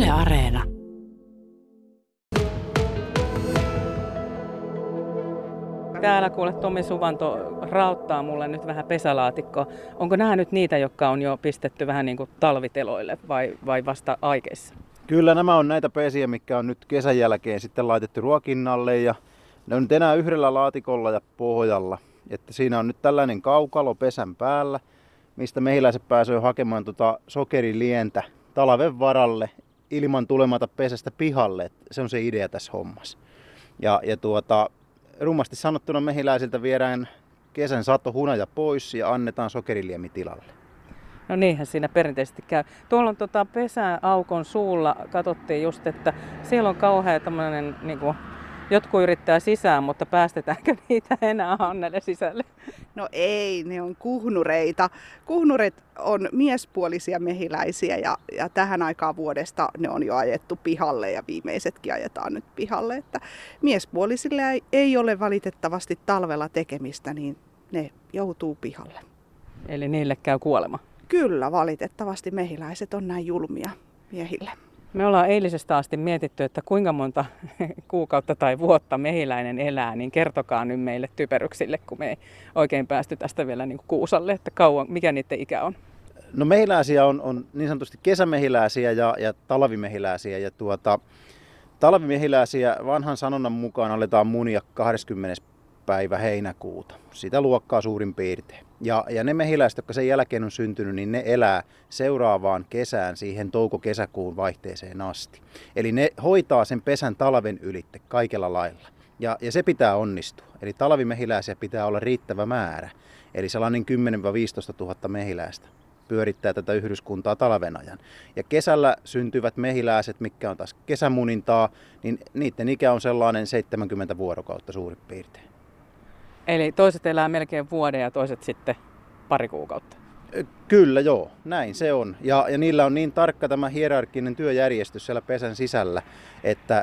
Yle Areena. Täällä kuule Tomi Suvanto raottaa mulle nyt vähän pesälaatikkoa. Onko nämä nyt niitä, jotka on jo pistetty vähän niin kuin talviteloille vai vasta aikeissa? Kyllä nämä on näitä pesiä, mitkä on nyt kesän jälkeen sitten laitettu ruokinnalle ja ne on nyt enää yhdellä laatikolla ja pohjalla. Että siinä on nyt tällainen kaukalo pesän päällä, mistä mehiläiset pääsee hakemaan sokerilientä talven varalle ilman tulematta pesästä pihalle. Että se on se idea tässä hommassa. Rummasti sanottuna mehiläisiltä viedään kesän satohunaja pois ja annetaan sokeriliemi tilalle. No niinhän siinä perinteisesti käy. Tuolla on pesäaukon suulla, katsottiin just, että siellä on kauhea tämmöinen, niin kuin, jotkut yrittää sisään, mutta päästetäänkö niitä enää Hannele sisälle? No ei, ne on kuhnureita. Kuhnuret on miespuolisia mehiläisiä ja tähän aikaan vuodesta ne on jo ajettu pihalle ja viimeisetkin ajetaan nyt pihalle. Että miespuolisille ei ole valitettavasti talvella tekemistä, niin ne joutuu pihalle. Eli niille käy kuolema? Kyllä, valitettavasti mehiläiset on näin julmia miehille. Me ollaan eilisestä asti mietitty, että kuinka monta kuukautta tai vuotta mehiläinen elää, niin kertokaa nyt meille typeryksille, kun me ei oikein päästy tästä vielä niin kuin kuusalle, että mikä niiden ikä on. No mehiläisiä on niin sanotusti kesämehiläisiä ja talvimehiläisiä. Ja talvimehiläisiä vanhan sanonnan mukaan aletaan munia 20. päivä heinäkuuta. Sitä luokkaa suurin piirtein. Ja ne mehiläiset, jotka sen jälkeen on syntynyt, niin ne elää seuraavaan kesään siihen touko-kesäkuun vaihteeseen asti. Eli ne hoitaa sen pesän talven ylitte kaikella lailla. Ja se pitää onnistua. Eli talvimehiläisiä pitää olla riittävä määrä. Eli sellainen 10 000–15 000 mehiläistä pyörittää tätä yhdyskuntaa talven ajan. Ja kesällä syntyvät mehiläiset, mitkä on taas kesämunintaa, niin niiden ikä on sellainen 70 vuorokautta suurin piirtein. Eli toiset elää melkein vuoden ja toiset sitten pari kuukautta. Kyllä joo, näin se on. Ja niillä on niin tarkka tämä hierarkkinen työjärjestys siellä pesän sisällä, että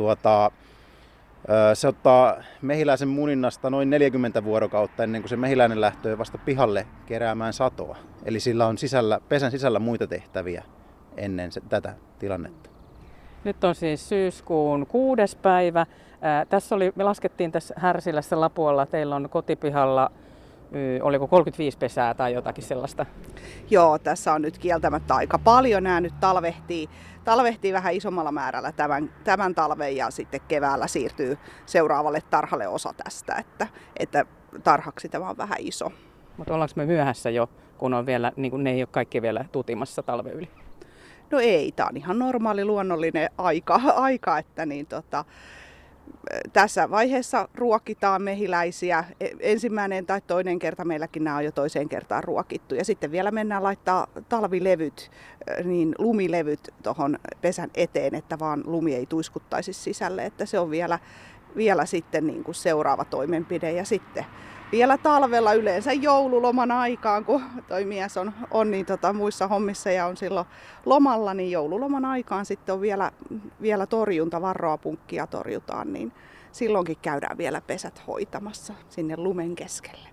se ottaa mehiläisen muninnasta noin 40 vuorokautta ennen kuin se mehiläinen lähtee vasta pihalle keräämään satoa. Eli sillä on pesän sisällä muita tehtäviä ennen tätä tilannetta. Nyt on siis syyskuun 6. päivä. Me laskettiin tässä Härsilässä Lapualla, teillä on kotipihalla, oliko 35 pesää tai jotakin sellaista? Joo, tässä on nyt kieltämättä aika paljon. Nämä nyt talvehtii vähän isommalla määrällä tämän talven ja sitten keväällä siirtyy seuraavalle tarhalle osa tästä, että tarhaksi tämä on vähän iso. Mutta ollaanko me myöhässä jo, kun on vielä, niin kun ne ei ole kaikki vielä tutimassa talven yli? No ei, tämä on ihan normaali luonnollinen aika että tässä vaiheessa ruokitaan mehiläisiä. Ensimmäinen tai toinen kerta meilläkin nämä on jo toiseen kertaan ruokittu. Ja sitten vielä mennään laittaa talvilevyt, niin lumilevyt tuohon pesän eteen, että vaan lumi ei tuiskuttaisi sisälle. Että se on vielä sitten niin kuin seuraava toimenpide. Ja sitten vielä talvella yleensä joululoman aikaan, kun toi mies on niin muissa hommissa ja on silloin lomalla, niin joululoman aikaan sitten on vielä torjunta, varroapunkkia torjutaan, niin silloinkin käydään vielä pesät hoitamassa sinne lumen keskelle.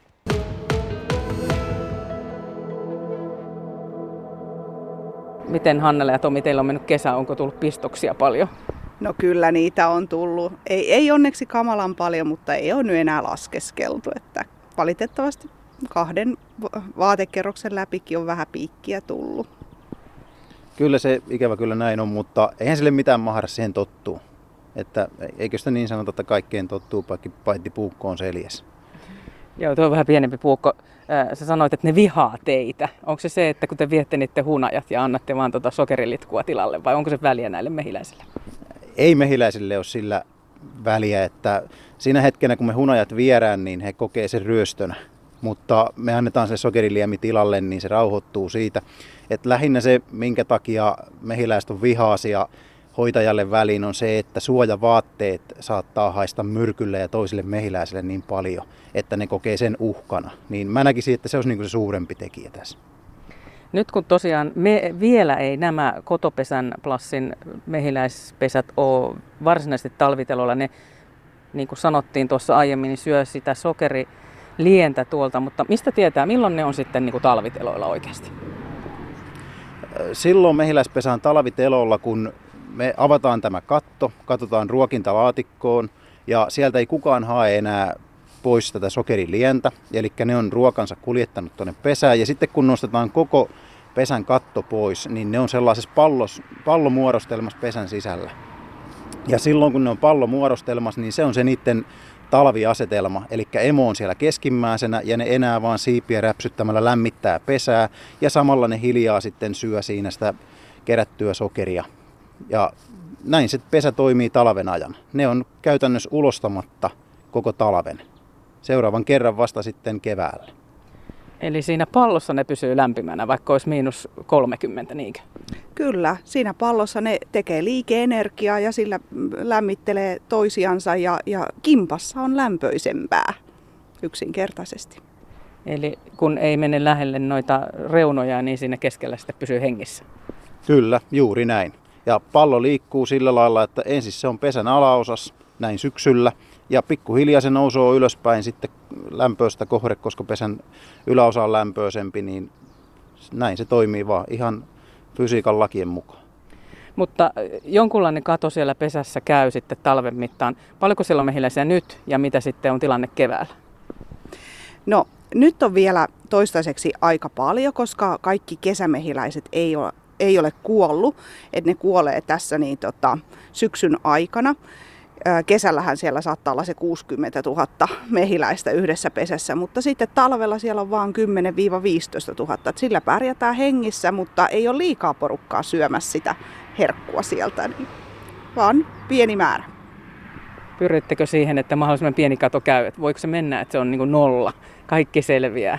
Miten Hannele ja Tomi, teillä on mennyt kesä, onko tullut pistoksia paljon? No kyllä niitä on tullut. Ei onneksi kamalan paljon, mutta ei ole nyt enää laskeskeltu. Että valitettavasti 2 vaatekerroksen läpikin on vähän piikkiä tullut. Kyllä se ikävä kyllä näin on, mutta eihän sille mitään mahda siihen tottuu. Että eikö sitä niin sanota, että kaikkeen tottuu, paitsi puukko on seljäs. Joo, tuo on vähän pienempi puukko. Sä sanoit, että ne vihaa teitä. Onko se, että kun te viette niiden hunajat ja annatte vaan sokerilitkua tilalle, vai onko se väliä näille mehiläisille? Ei mehiläisille ole sillä väliä, että siinä hetkenä kun me hunajat viedään, niin he kokee sen ryöstönä. Mutta me annetaan se sokeriliemi tilalle, niin se rauhoittuu siitä. Että lähinnä se, minkä takia mehiläiset on vihaisia hoitajalle väliin, on se, että suojavaatteet saattaa haista myrkylle ja toisille mehiläisille niin paljon, että ne kokee sen uhkana. Niin mä näkisin, että se olisi niin se suurempi tekijä tässä. Nyt kun tosiaan vielä ei nämä Kotopesän plassin mehiläispesät ole varsinaisesti talvitelolla, ne niin kuin sanottiin tuossa aiemmin, niin syö sitä sokerilientä tuolta, mutta mistä tietää, milloin ne on sitten niin kuin talviteloilla oikeasti? Silloin mehiläispesä on talvitelolla, kun me avataan tämä katto, katsotaan ruokintalaatikkoon ja sieltä ei kukaan hae enää pois tätä sokerilientä, eli ne on ruokansa kuljettanut tuonne pesään ja sitten kun nostetaan koko pesän katto pois, niin ne on sellaisessa pallomuodostelmassa pesän sisällä. Ja silloin kun ne on pallomuodostelmassa, niin se on se niiden talviasetelma, eli emo on siellä keskimmäisenä ja ne enää vaan siipiä räpsyttämällä lämmittää pesää ja samalla ne hiljaa sitten syö siinä sitä kerättyä sokeria. Ja näin se pesä toimii talven ajan. Ne on käytännössä ulostamatta koko talven. Seuraavan kerran vasta sitten keväällä. Eli siinä pallossa ne pysyy lämpimänä, vaikka olisi -30, niinkö? Kyllä, siinä pallossa ne tekee liike-energiaa ja sillä lämmittelee toisiansa ja kimpassa on lämpöisempää yksinkertaisesti. Eli kun ei mene lähelle noita reunoja, niin siinä keskellä sitten pysyy hengissä. Kyllä, juuri näin. Ja pallo liikkuu sillä lailla, että ensin se on pesän alaosas näin syksyllä ja pikkuhiljaa se nousee ylöspäin sitten lämpöistä kohde, koska pesän yläosa on lämpöisempi, niin näin se toimii vaan ihan fysiikan lakien mukaan. Mutta jonkunlainen kato siellä pesässä käy sitten talven mittaan. Paljonko siellä on mehiläisiä nyt ja mitä sitten on tilanne keväällä? No nyt on vielä toistaiseksi aika paljon, koska kaikki kesämehiläiset ei ole kuollut, että ne kuolee tässä syksyn aikana. Kesällähän siellä saattaa olla se 60 000 mehiläistä yhdessä pesässä, mutta sitten talvella siellä on vain 10 000 – 15 000. Sillä pärjätään hengissä, mutta ei ole liikaa porukkaa syömässä sitä herkkua sieltä, vaan pieni määrä. Pyrittekö siihen, että mahdollisimman pieni kato käy? Että voiko se mennä, että se on niin kuin nolla? Kaikki selviää?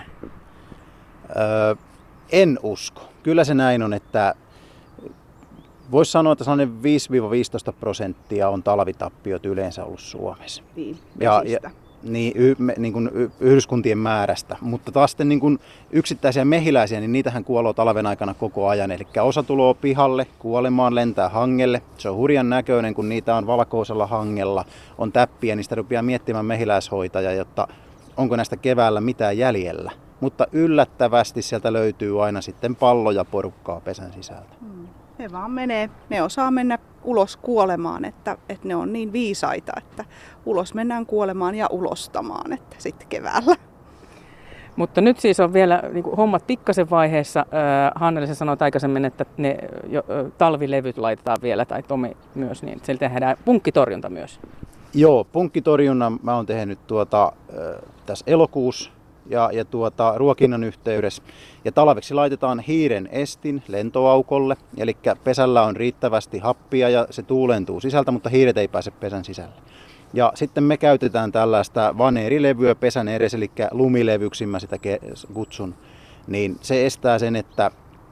En usko. Kyllä se näin on, että voisi sanoa, että sellainen 5–15% on talvitappiot yleensä ollut Suomessa. Niin, niin kuin yhdyskuntien määrästä. Mutta taas sitten niin kuin yksittäisiä mehiläisiä, niin niitähän kuoloo talven aikana koko ajan. Eli osa tulee pihalle, kuolemaan, lentää hangelle. Se on hurjan näköinen, kun niitä on valkoisella hangella. On täppiä, niistä rupeaa miettimään mehiläishoitaja, jotta onko näistä keväällä mitään jäljellä. Mutta yllättävästi sieltä löytyy aina sitten palloja porukkaa pesän sisältä. Ne vaan menee, ne osaa mennä ulos kuolemaan, että ne on niin viisaita, että ulos mennään kuolemaan ja ulostamaan, että sitten keväällä. Mutta nyt siis on vielä niin kuin hommat pikkasen vaiheessa. Hannele, sä sanoit aikaisemmin, että ne talvilevyt laitetaan vielä, tai Tomi myös, niin siellä tehdään punkkitorjunta myös. Joo, punkkitorjunnan mä oon tehnyt tässä elokuussa ja ruokinnan yhteydessä. Ja talveksi laitetaan hiiren estin lentoaukolle, eli pesällä on riittävästi happia ja se tuulentuu sisältä, mutta hiiret ei pääse pesän sisälle. Ja sitten me käytetään tällaista vaneerilevyä pesän edessä, eli lumilevyksi mä sitä kutsun. Niin se estää sen, että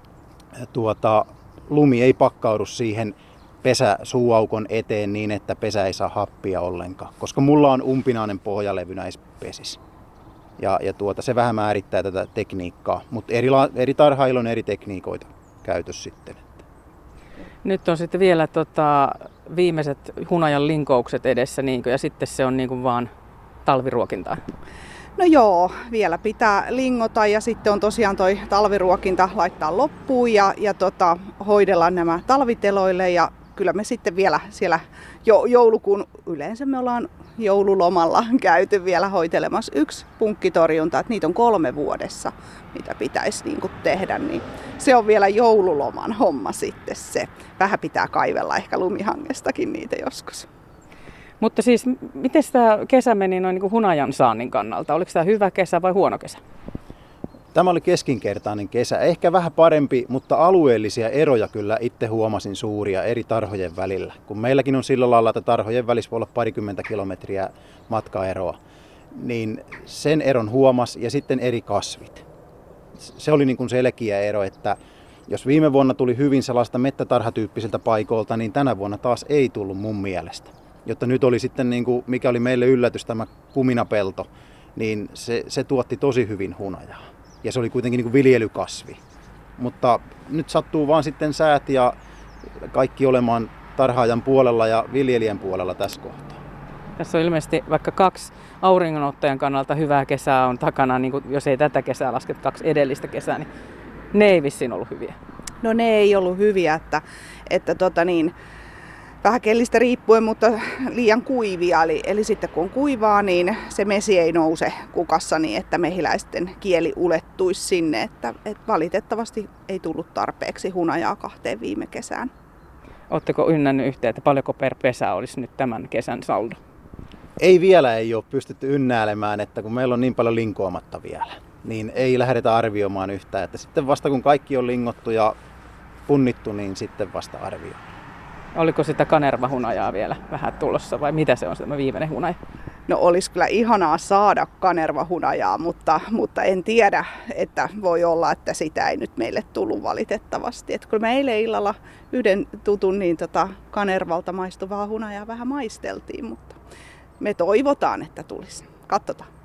lumi ei pakkaudu siihen suuaukon eteen niin, että pesä ei saa happia ollenkaan. Koska mulla on umpinainen pohjalevy näissä pesissä. Ja se vähän määrittää tätä tekniikkaa, mutta eri tarhailla on eri tekniikoita käytössä sitten. Nyt on sitten vielä viimeiset hunajan linkoukset edessä, ja sitten se on niin kuin vaan talviruokintaa. No joo, vielä pitää lingota ja sitten on tosiaan toi talviruokinta laittaa loppuun ja hoidella nämä talviteloille ja kyllä me sitten vielä siellä joulukuun, yleensä me ollaan joululomalla käyty vielä hoitelemassa yksi punkkitorjunta, että niitä on 3 vuodessa, mitä pitäisi tehdä, niin se on vielä joululoman homma sitten se. Vähän pitää kaivella ehkä lumihangestakin niitä joskus. Mutta siis, miten tämä kesä meni noin niin kuin hunajan saannin kannalta? Oliko tämä hyvä kesä vai huono kesä? Tämä oli keskinkertainen kesä. Ehkä vähän parempi, mutta alueellisia eroja kyllä itse huomasin suuria eri tarhojen välillä. Kun meilläkin on sillä lailla, että tarhojen välissä voi olla 20 kilometriä matkaeroa, niin sen eron huomasi ja sitten eri kasvit. Se oli niin kuin selkeä ero, että jos viime vuonna tuli hyvin sellaista mettätarhatyyppisiltä paikoilta, niin tänä vuonna taas ei tullut mun mielestä. Jotta nyt oli sitten, niin kuin, mikä oli meille yllätys, tämä kuminapelto, niin se tuotti tosi hyvin hunajaa. Ja se oli kuitenkin niin kuin viljelykasvi. Mutta nyt sattuu vaan sitten säät ja kaikki olemaan tarhaajan puolella ja viljelijän puolella tässä kohtaa. Tässä on ilmeisesti vaikka 2 auringonottajan kannalta hyvää kesää on takana, niin kuin jos ei tätä kesää laske 2 edellistä kesää, niin ne ei vissiin ollut hyviä. No ne ei ollut hyviä, että vähän kellistä riippuen, mutta liian kuivia. Eli sitten kun on kuivaa, niin se mesi ei nouse kukassa niin, että mehiläisten kieli ulettuisi sinne. Että valitettavasti ei tullut tarpeeksi hunajaa 2 viime kesään. Oletteko ynnännyt yhteen, että paljonko per pesä olisi nyt tämän kesän saldo? Ei ole pystytty ynnäälemään, että kun meillä on niin paljon linkoamatta vielä, niin ei lähdetä arvioimaan yhtään. Että sitten vasta kun kaikki on lingottu ja punnittu, niin sitten vasta arvioidaan. Oliko sitä kanervahunajaa vielä vähän tulossa vai mitä se on se viimeinen hunaja? No olisi kyllä ihanaa saada kanervahunajaa, mutta en tiedä, että voi olla, että sitä ei nyt meille tullut valitettavasti. Että kyllä me eilen illalla yhden tutun kanervalta maistuvaa hunajaa vähän maisteltiin, mutta me toivotaan, että tulisi. Katsotaan.